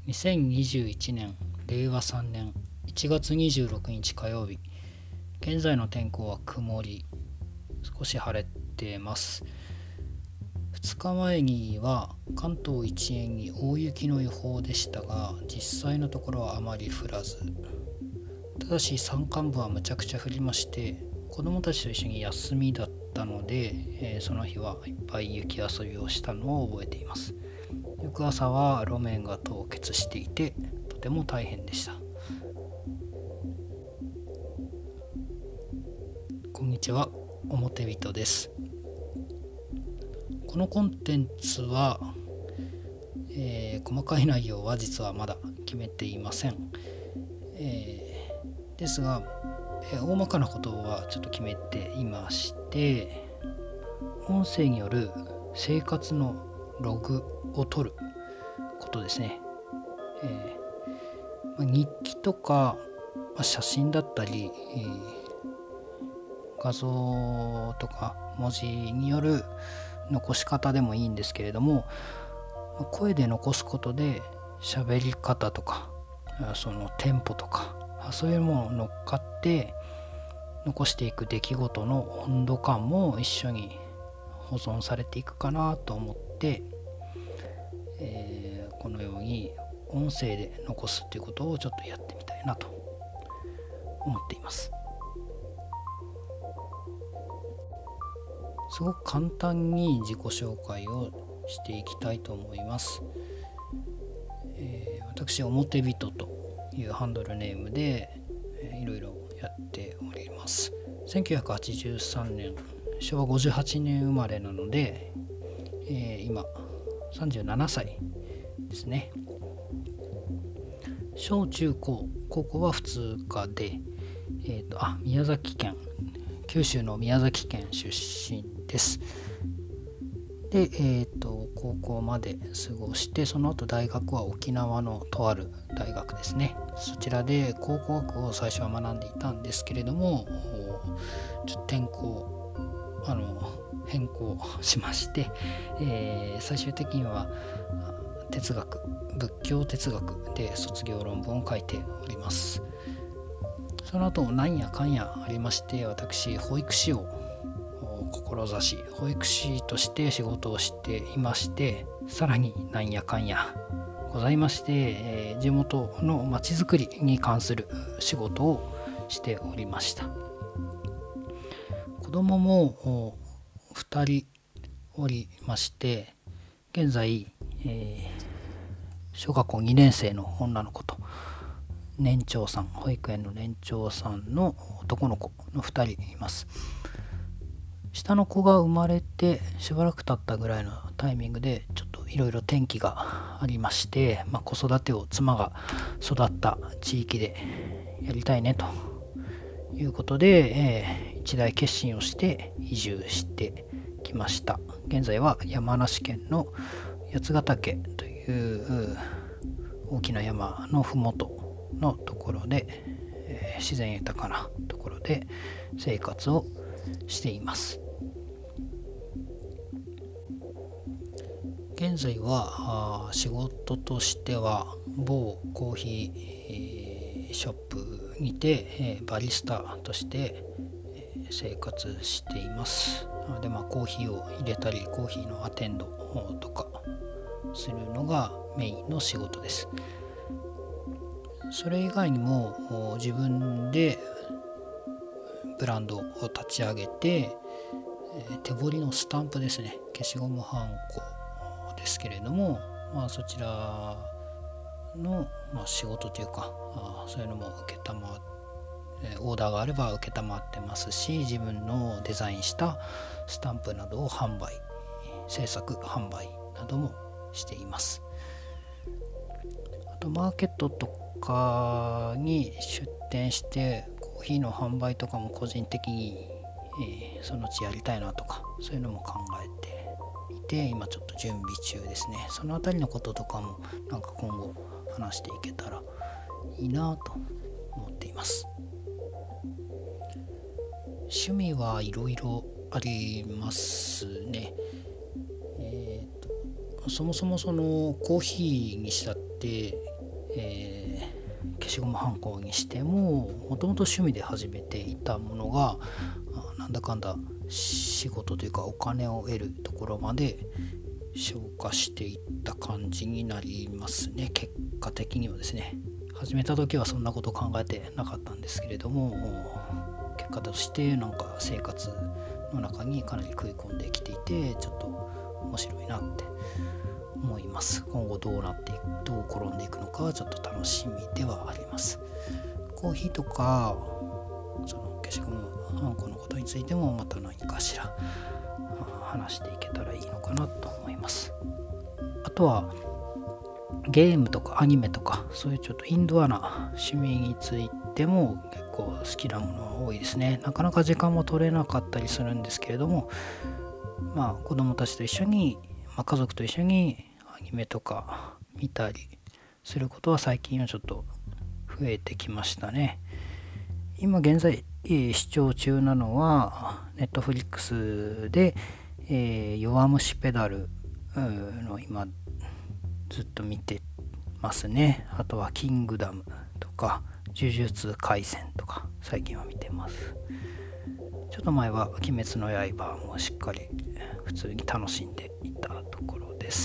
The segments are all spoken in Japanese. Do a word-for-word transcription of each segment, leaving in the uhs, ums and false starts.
にせんにじゅういちねんれいわさんねんいちがつにじゅうろくにち火曜日。現在の天候は曇り、少し晴れてます。ふつかまえには関東一円に大雪の予報でしたが、実際のところはあまり降らず、ただし山間部はむちゃくちゃ降りまして、子供たちと一緒に休みだったので、えー、その日はいっぱい雪遊びをしたのを覚えています。翌朝は路面が凍結していて、とても大変でした。こんにちは、表人です。このコンテンツは、えー、細かい内容は実はまだ決めていません。えー、ですが、えー、大まかなことはちょっと決めていまして、音声による生活のログを取ることですね。えーまあ、日記とか、まあ、写真だったり、えー、画像とか文字による残し方でもいいんですけれども、声で残すことで喋り方とかそのテンポとかそういうものを乗っかって残していく出来事の温度感も一緒に保存されていくかなと思って、えー、このように音声で残すっていうことをちょっとやってみたいなと思っています。すごく簡単に自己紹介をしていきたいと思います。えー、私、表人というハンドルネームで、えー、いろいろやっております。せんきゅうひゃくはちじゅうさんねん、しょうわごじゅうはちねん生まれなので、えー、今さんじゅうななさいですね。小中高、高校は普通科で、えーと、あ、宮崎県、九州の宮崎県出身です。で、えーと、高校まで過ごして、その後大学は沖縄のとある大学ですね。そちらで考古学を最初は学んでいたんですけれども、ちょっと転校、あの、変更しまして、えー、最終的には哲学、仏教哲学で卒業論文を書いております。その後なんやかんやありまして、私保育士を志し保育士として仕事をしていまして、さらになんやかんやございまして、えー、地元のまちづくりに関する仕事をしておりました。子供もふたりおりまして、現在、えー、小学校にねんせいの女の子と年長さん、保育園の年長さんの男の子のふたりいます。下の子が生まれてしばらく経ったぐらいのタイミングでちょっといろいろ転機がありまして、まあ、子育てを妻が育った地域でやりたいねということで、えー、一大決心をして移住してきました。現在は山梨県の八ヶ岳という大きな山のふもとのところで、えー、自然豊かなところで生活をしています。現在は仕事としては某コーヒー、えー、ショップにて、えー、バリスタとして、えー、生活しています。なので、まあ、コーヒーを入れたりコーヒーのアテンドとかするのがメインの仕事です。それ以外にも自分でブランドを立ち上げて、手彫りのスタンプですね、消しゴムはんこですけれども、まあ、そちらの、まあ、仕事というか、あそういうのも受けたまオーダーがあれば受けたまってますし、自分のデザインしたスタンプなどを販売、制作販売などもしています。あとマーケットとかに出店してコーヒーの販売とかも個人的に、えー、そのうちやりたいなとか、そういうのも考えていて、今ちょっと準備中ですね。そのあたりのこととかもなんか今後話していけたらいいなと思っています。趣味はいろいろありますね。えーと、そもそもそのコーヒーにしたってえー、消しゴムはんこにしてももともと趣味で始めていたものがなんだかんだ仕事というかお金を得るところまで消化していった感じになりますね。結果的にはですね、始めた時はそんなこと考えてなかったんですけれども、結果としてなんか生活の中にかなり食い込んできていて、ちょっと面白いなって思います。今後どうなっていく、どう転んでいくのかはちょっと楽しみではあります。コーヒーとかその消しゴムはんこのことについてもまた何かしら話していけたらいいのかなと思います。あとはゲームとかアニメとかそういうちょっとインドアな趣味についても結構好きなものは多いですね。なかなか時間も取れなかったりするんですけれども、まあ子供たちと一緒に、まあ、家族と一緒にアニメとか見たりすることは最近はちょっと増えてきましたね。今現在視聴中なのはネットフリックスで、えー、弱虫ペダルの今ずっと見てますね。あとはキングダムとか呪術廻戦とか最近は見てます。ちょっと前は鬼滅の刃もしっかり普通に楽しんでいたところです。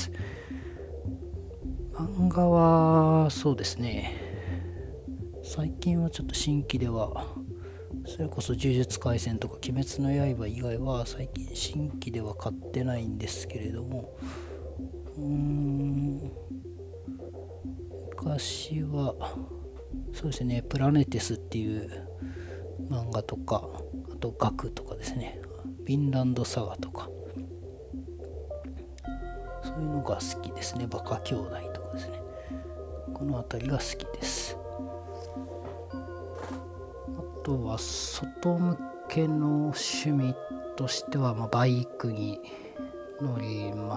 漫画はそうですね、最近はちょっと新規ではそれこそ呪術廻戦とか鬼滅の刃以外は最近新規では買ってないんですけれども、うーん昔はそうですね、プラネテスっていう漫画とか、あとガクとかですね、ヴィンランドサガとかそういうのが好きですね。バカ兄弟とかですね、この辺りが好きです。あとは外向けの趣味としては、まあ、バイクに乗ります。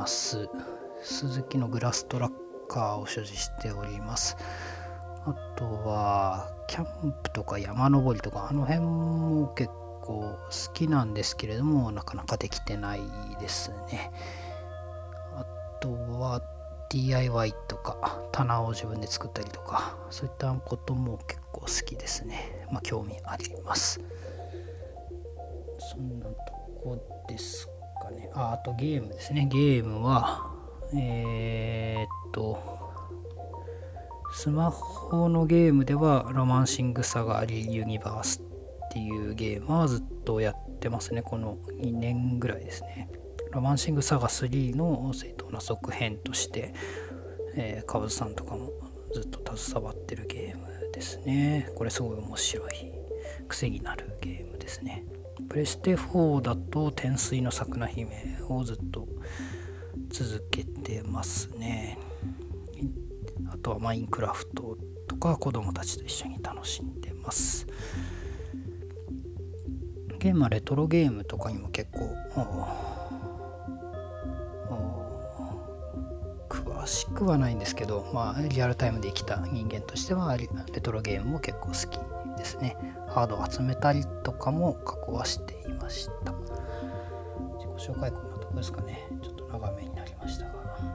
スズキのグラストラッカーを所持しております。あとはキャンプとか山登りとかあの辺も結構好きなんですけれども、なかなかできてないですね。あとは ディーアイワイ とか棚を自分で作ったりとかそういったことも結構好きですね。まあ興味あります。そんなとこですかね。あ、あとゲームですね。ゲームはえー、っとスマホのゲームではロマンシングサガリユニバースっていうゲームはずっとやってますね。このにねんぐらいですね。ロマンシングサガスリーの正当な続編として、えー、カブズさんとかもずっと携わってるゲームですね。これすごい面白い癖になるゲームですね。プレステフォーだと天水の桜姫をずっと続けてますね。あとはマインクラフトとか子供たちと一緒に楽しんでます。ゲームはレトロゲームとかにも結構詳しくはないんですけど、まあリアルタイムで生きた人間としてはレトロゲームも結構好きですね。ハードを集めたりとかも過去はしていました。自己紹介こんなとこですかね。ちょっと長めになりましたが、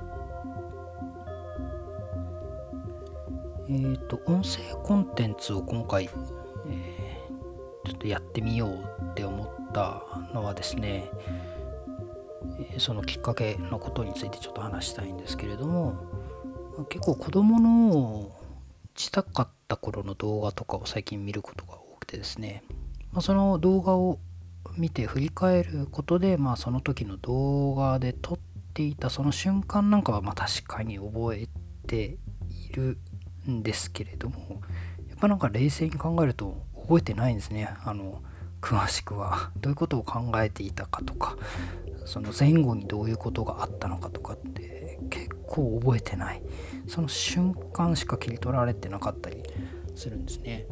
えーと音声コンテンツを今回、えー、ちょっとやってみようって思ったのはですね、えー、そのきっかけのことについてちょっと話したいんですけれども、結構子供の小さかった頃の動画とかを最近見ることが多くてですね、まあ、その動画を見て振り返ることで、まあ、その時の動画で撮っていたその瞬間なんかはまあ確かに覚えているんですけれども、やっぱなんか冷静に考えると覚えてないんですね。あの詳しくはどういうことを考えていたかとか、その前後にどういうことがあったのかとかって結構覚えてない。その瞬間しか切り取られてなかったりするんですね。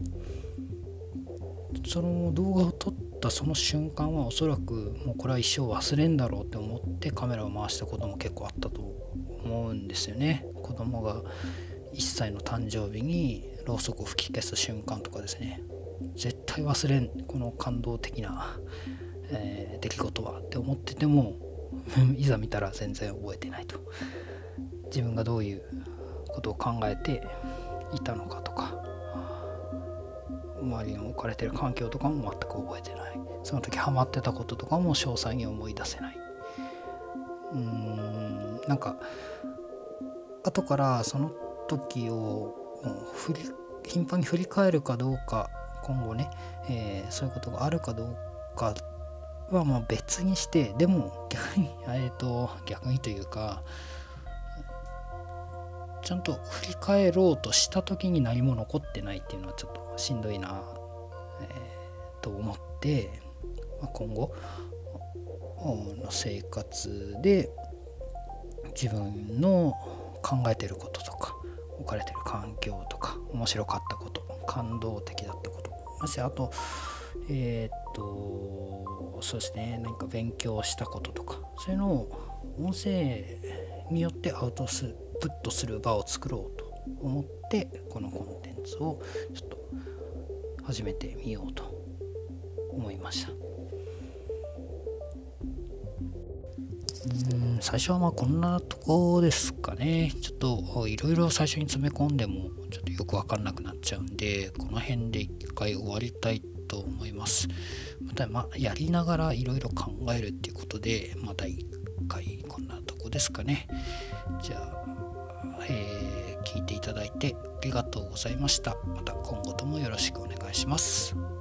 その動画を撮ったその瞬間はおそらくもうこれは一生忘れんだろうって思ってカメラを回したことも結構あったと思うんですよね。子供がいっさいの誕生日にろうそくを吹き消す瞬間とかですね、絶対忘れんこの感動的な、えー、出来事はって思っててもいざ見たら全然覚えてないと。自分がどういうことを考えていたのかとか、周りの置かれてる環境とかも全く覚えてない。その時ハマってたこととかも詳細に思い出せない。うーんなんか後からその時を振り頻繁に振り返るかどうか、今後ね、えー、そういうことがあるかどうかはまあ別にして、でも逆に、えーと、逆にというか、ちゃんと振り返ろうとした時に何も残ってないっていうのはちょっとしんどいな、えー、と思って、まあ、今後の生活で自分の考えてることとか置かれてる環境とか面白かったこと、感動的だったこと、そしてあとえー、っとそうですね、何か勉強したこととか、そういうのを音声によってアウトプットする場を作ろうと思って、このコンテンツをちょっと始めてみようと思いました。うん最初はまあこんなとこですかね。ちょっといろいろ最初に詰め込んでもちょっとよく分かんなくなっちゃうんで、この辺で一回終わりたいと思います。またまあやりながらいろいろ考えるっていうことで、また一回こんなとこですかね。じゃあ、えー、聞いていただいてありがとうございました。また今後ともよろしくお願いします。